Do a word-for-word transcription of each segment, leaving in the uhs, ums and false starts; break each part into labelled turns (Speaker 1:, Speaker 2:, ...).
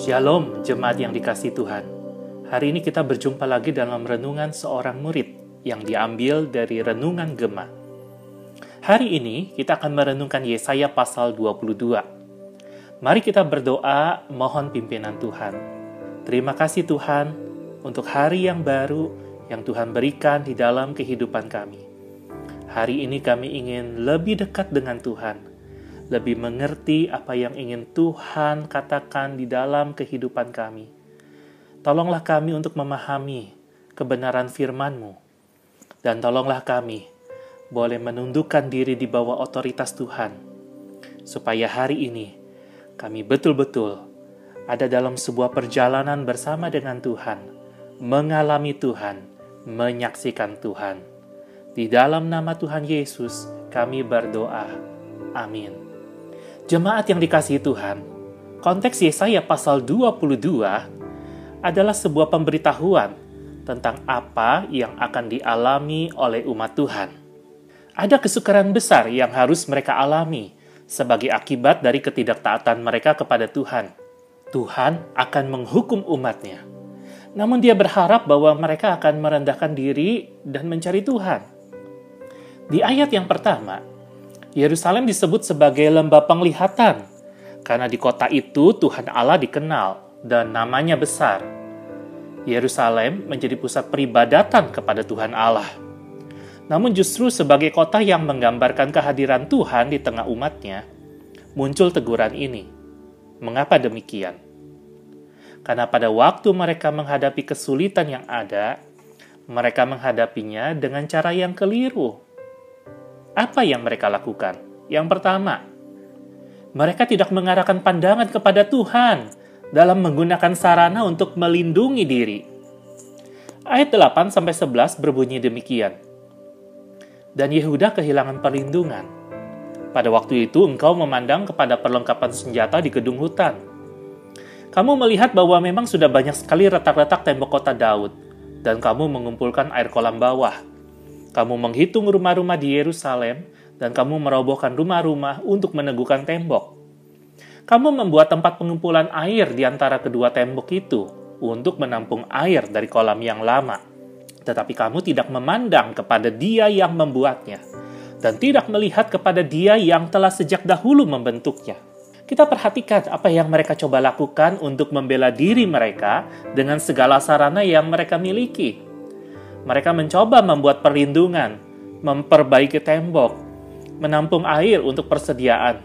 Speaker 1: Shalom, jemaat yang dikasihi Tuhan. Hari ini kita berjumpa lagi dalam renungan seorang murid yang diambil dari renungan Gema. Hari ini kita akan merenungkan Yesaya pasal dua puluh dua. Mari kita berdoa mohon pimpinan Tuhan. Terima kasih Tuhan untuk hari yang baru yang Tuhan berikan di dalam kehidupan kami. Hari ini kami ingin lebih dekat dengan Tuhan, lebih mengerti apa yang ingin Tuhan katakan di dalam kehidupan kami. Tolonglah kami untuk memahami kebenaran firman-Mu. Dan tolonglah kami boleh menundukkan diri di bawah otoritas Tuhan. Supaya hari ini kami betul-betul ada dalam sebuah perjalanan bersama dengan Tuhan. Mengalami Tuhan, menyaksikan Tuhan. Di dalam nama Tuhan Yesus kami berdoa. Amin. Jemaat yang dikasihi Tuhan, konteks Yesaya pasal dua puluh dua adalah sebuah pemberitahuan tentang apa yang akan dialami oleh umat Tuhan. Ada kesukaran besar yang harus mereka alami sebagai akibat dari ketidaktaatan mereka kepada Tuhan. Tuhan akan menghukum umatnya. Namun dia berharap bahwa mereka akan merendahkan diri dan mencari Tuhan. Di ayat yang pertama, Yerusalem disebut sebagai lembah penglihatan, karena di kota itu Tuhan Allah dikenal dan namanya besar. Yerusalem menjadi pusat peribadatan kepada Tuhan Allah. Namun justru sebagai kota yang menggambarkan kehadiran Tuhan di tengah umatnya, muncul teguran ini. Mengapa demikian? Karena pada waktu mereka menghadapi kesulitan yang ada, mereka menghadapinya dengan cara yang keliru. Apa yang mereka lakukan? Yang pertama, mereka tidak mengarahkan pandangan kepada Tuhan dalam menggunakan sarana untuk melindungi diri. Ayat delapan sampai sebelas berbunyi demikian. Dan Yehuda kehilangan perlindungan. Pada waktu itu engkau memandang kepada perlengkapan senjata di gedung hutan. Kamu melihat bahwa memang sudah banyak sekali retak-retak tembok kota Daud, dan kamu mengumpulkan air kolam bawah. Kamu menghitung rumah-rumah di Yerusalem, dan kamu merobohkan rumah-rumah untuk meneguhkan tembok. Kamu membuat tempat pengumpulan air di antara kedua tembok itu, untuk menampung air dari kolam yang lama. Tetapi kamu tidak memandang kepada Dia yang membuatnya, dan tidak melihat kepada Dia yang telah sejak dahulu membentuknya. Kita perhatikan apa yang mereka coba lakukan untuk membela diri mereka dengan segala sarana yang mereka miliki. Mereka mencoba membuat perlindungan, memperbaiki tembok, menampung air untuk persediaan.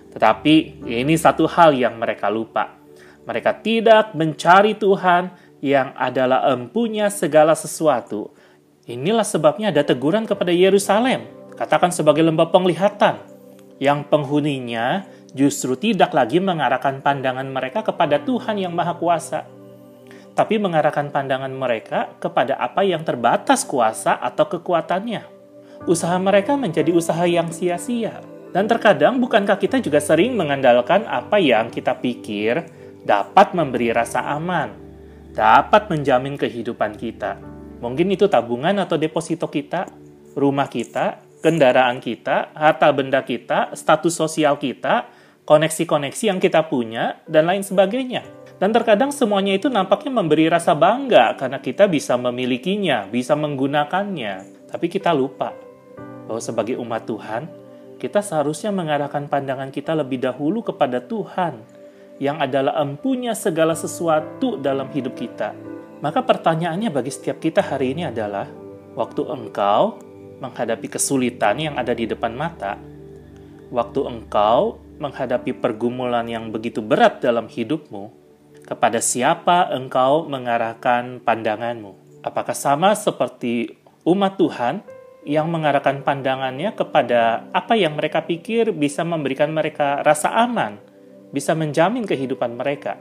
Speaker 1: Tetapi ini satu hal yang mereka lupa. Mereka tidak mencari Tuhan yang adalah empunya segala sesuatu. Inilah sebabnya ada teguran kepada Yerusalem, katakan sebagai lembah penglihatan, yang penghuninya justru tidak lagi mengarahkan pandangan mereka kepada Tuhan yang Maha Kuasa, tapi mengarahkan pandangan mereka kepada apa yang terbatas kuasa atau kekuatannya. Usaha mereka menjadi usaha yang sia-sia. Dan terkadang bukankah kita juga sering mengandalkan apa yang kita pikir dapat memberi rasa aman, dapat menjamin kehidupan kita. Mungkin itu tabungan atau deposito kita, rumah kita, kendaraan kita, harta benda kita, status sosial kita, koneksi-koneksi yang kita punya, dan lain sebagainya. Dan terkadang semuanya itu nampaknya memberi rasa bangga karena kita bisa memilikinya, bisa menggunakannya. Tapi kita lupa bahwa sebagai umat Tuhan, kita seharusnya mengarahkan pandangan kita lebih dahulu kepada Tuhan yang adalah empunya segala sesuatu dalam hidup kita. Maka pertanyaannya bagi setiap kita hari ini adalah, waktu engkau menghadapi kesulitan yang ada di depan mata, waktu engkau menghadapi pergumulan yang begitu berat dalam hidupmu, kepada siapa engkau mengarahkan pandanganmu? Apakah sama seperti umat Tuhan yang mengarahkan pandangannya kepada apa yang mereka pikir bisa memberikan mereka rasa aman, bisa menjamin kehidupan mereka?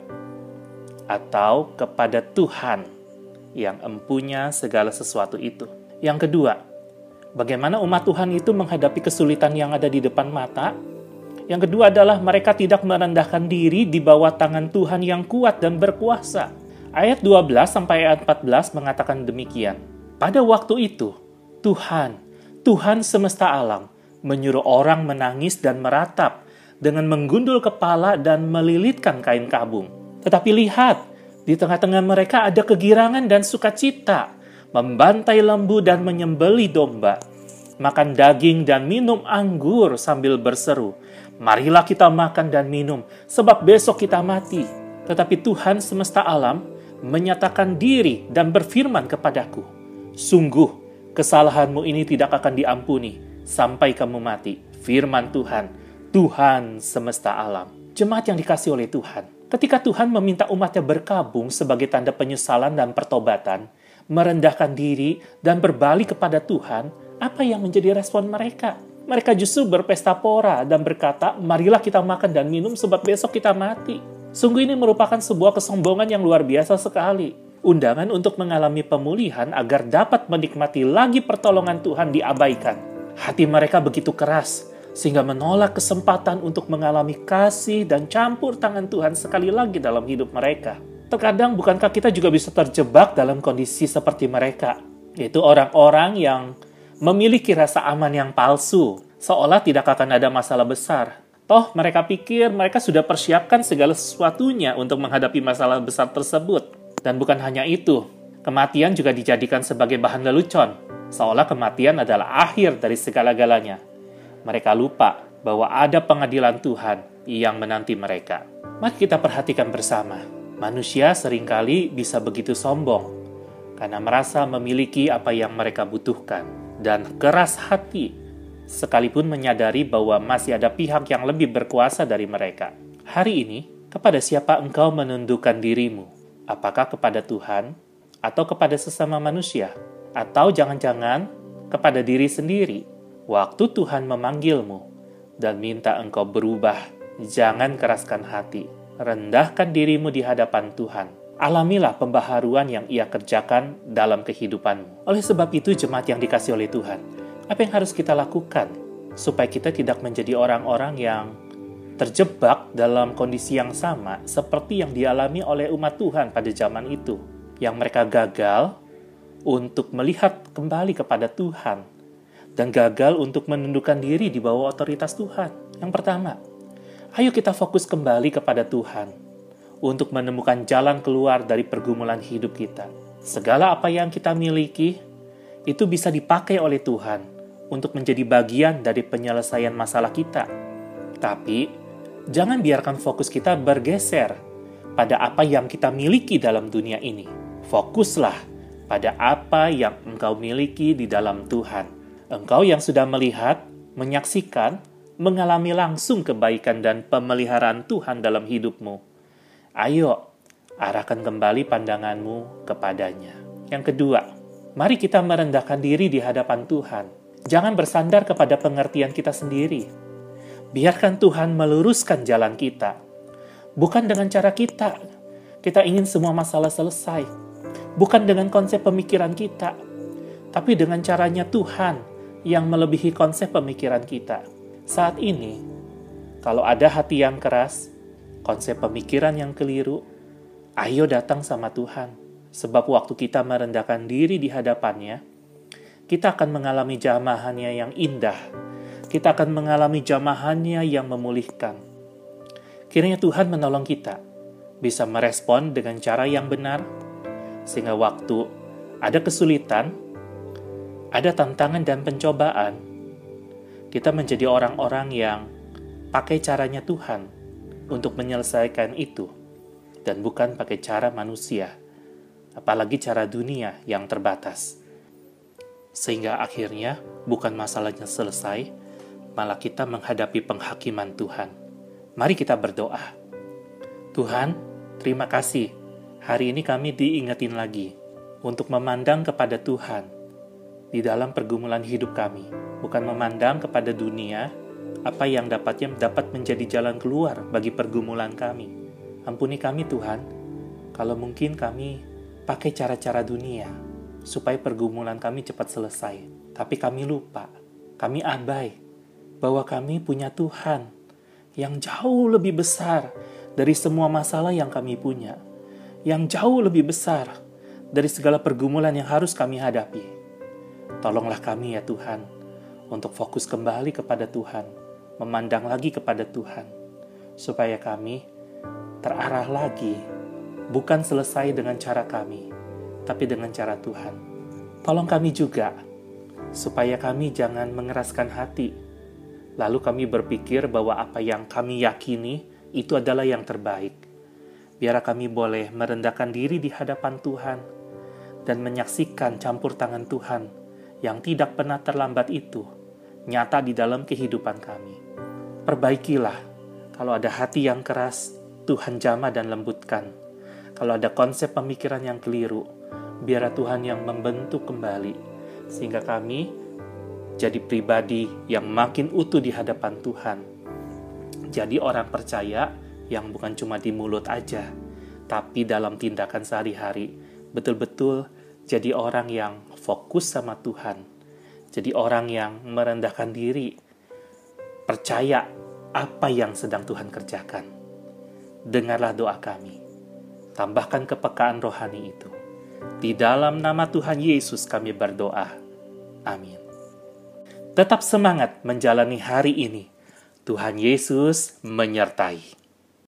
Speaker 1: Atau kepada Tuhan yang empunya segala sesuatu itu? Yang kedua, bagaimana umat Tuhan itu menghadapi kesulitan yang ada di depan mata? Yang kedua adalah mereka tidak merendahkan diri di bawah tangan Tuhan yang kuat dan berkuasa. Ayat dua belas sampai ayat empat belas mengatakan demikian. Pada waktu itu, Tuhan, Tuhan semesta alam, menyuruh orang menangis dan meratap dengan menggundul kepala dan melilitkan kain kabung. Tetapi lihat, di tengah-tengah mereka ada kegirangan dan sukacita, membantai lembu dan menyembeli domba, makan daging dan minum anggur sambil berseru, "Marilah kita makan dan minum, sebab besok kita mati." Tetapi Tuhan semesta alam menyatakan diri dan berfirman kepadaku, "Sungguh, kesalahanmu ini tidak akan diampuni sampai kamu mati." Firman Tuhan, Tuhan semesta alam. Jemaat yang dikasihi oleh Tuhan, ketika Tuhan meminta umatnya berkabung sebagai tanda penyesalan dan pertobatan, merendahkan diri dan berbalik kepada Tuhan, apa yang menjadi respon mereka? Mereka justru berpesta pora dan berkata, "Marilah kita makan dan minum sebab besok kita mati." Sungguh ini merupakan sebuah kesombongan yang luar biasa sekali. Undangan untuk mengalami pemulihan agar dapat menikmati lagi pertolongan Tuhan diabaikan. Hati mereka begitu keras, sehingga menolak kesempatan untuk mengalami kasih dan campur tangan Tuhan sekali lagi dalam hidup mereka. Terkadang bukankah kita juga bisa terjebak dalam kondisi seperti mereka, yaitu orang-orang yang memiliki rasa aman yang palsu, seolah tidak akan ada masalah besar. Toh mereka pikir mereka sudah persiapkan segala sesuatunya untuk menghadapi masalah besar tersebut. Dan bukan hanya itu, kematian juga dijadikan sebagai bahan lelucon, seolah kematian adalah akhir dari segala-galanya. Mereka lupa bahwa ada pengadilan Tuhan yang menanti mereka. Mari kita perhatikan bersama. Manusia seringkali bisa begitu sombong karena merasa memiliki apa yang mereka butuhkan dan keras hati sekalipun menyadari bahwa masih ada pihak yang lebih berkuasa dari mereka. Hari ini, kepada siapa engkau menundukkan dirimu? Apakah kepada Tuhan atau kepada sesama manusia? Atau jangan-jangan kepada diri sendiri? Waktu Tuhan memanggilmu dan minta engkau berubah, jangan keraskan hati. Rendahkan dirimu di hadapan Tuhan. Alamilah pembaharuan yang Ia kerjakan dalam kehidupanmu. Oleh sebab itu, jemaat yang dikasihi oleh Tuhan, apa yang harus kita lakukan supaya kita tidak menjadi orang-orang yang terjebak dalam kondisi yang sama seperti yang dialami oleh umat Tuhan pada zaman itu, yang mereka gagal untuk melihat kembali kepada Tuhan dan gagal untuk menundukkan diri di bawah otoritas Tuhan. Yang pertama, ayo kita fokus kembali kepada Tuhan untuk menemukan jalan keluar dari pergumulan hidup kita. Segala apa yang kita miliki itu bisa dipakai oleh Tuhan untuk menjadi bagian dari penyelesaian masalah kita. Tapi, jangan biarkan fokus kita bergeser pada apa yang kita miliki dalam dunia ini. Fokuslah pada apa yang engkau miliki di dalam Tuhan. Engkau yang sudah melihat, menyaksikan, mengalami langsung kebaikan dan pemeliharaan Tuhan dalam hidupmu. Ayo, arahkan kembali pandanganmu kepadanya. Yang kedua, mari kita merendahkan diri di hadapan Tuhan. Jangan bersandar kepada pengertian kita sendiri. Biarkan Tuhan meluruskan jalan kita. Bukan dengan cara kita. Kita ingin semua masalah selesai. Bukan dengan konsep pemikiran kita. Tapi dengan caranya Tuhan yang melebihi konsep pemikiran kita. Saat ini, kalau ada hati yang keras, konsep pemikiran yang keliru, ayo datang sama Tuhan. Sebab waktu kita merendahkan diri di hadapannya, kita akan mengalami jamahannya yang indah. Kita akan mengalami jamahannya yang memulihkan. Kiranya Tuhan menolong kita bisa merespon dengan cara yang benar, sehingga waktu ada kesulitan, ada tantangan dan pencobaan, kita menjadi orang-orang yang pakai caranya Tuhan untuk menyelesaikan itu, dan bukan pakai cara manusia, apalagi cara dunia yang terbatas. Sehingga akhirnya bukan masalahnya selesai, malah kita menghadapi penghakiman Tuhan. Mari kita berdoa. Tuhan, terima kasih. Hari ini kami diingetin lagi untuk memandang kepada Tuhan di dalam pergumulan hidup kami. Bukan memandang kepada dunia, apa yang dapatnya dapat menjadi jalan keluar bagi pergumulan kami. Ampuni kami Tuhan, kalau mungkin kami pakai cara-cara dunia, supaya pergumulan kami cepat selesai. Tapi kami lupa, kami abai, bahwa kami punya Tuhan yang jauh lebih besar dari semua masalah yang kami punya, yang jauh lebih besar dari segala pergumulan yang harus kami hadapi. Tolonglah kami ya Tuhan, untuk fokus kembali kepada Tuhan, memandang lagi kepada Tuhan, supaya kami terarah lagi bukan selesai dengan cara kami, tapi dengan cara Tuhan. Tolong kami juga, supaya kami jangan mengeraskan hati, lalu kami berpikir bahwa apa yang kami yakini itu adalah yang terbaik. Biar kami boleh merendahkan diri di hadapan Tuhan, dan menyaksikan campur tangan Tuhan yang tidak pernah terlambat itu nyata di dalam kehidupan kami. Perbaikilah, kalau ada hati yang keras, Tuhan jamah dan lembutkan. Kalau ada konsep pemikiran yang keliru, biar Tuhan yang membentuk kembali, sehingga kami jadi pribadi yang makin utuh di hadapan Tuhan. Jadi orang percaya yang bukan cuma di mulut aja, tapi dalam tindakan sehari-hari, betul-betul jadi orang yang fokus sama Tuhan. Jadi orang yang merendahkan diri, percaya apa yang sedang Tuhan kerjakan. Dengarlah doa kami. Tambahkan kepekaan rohani itu. Di dalam nama Tuhan Yesus kami berdoa. Amin. Tetap semangat menjalani hari ini. Tuhan Yesus menyertai.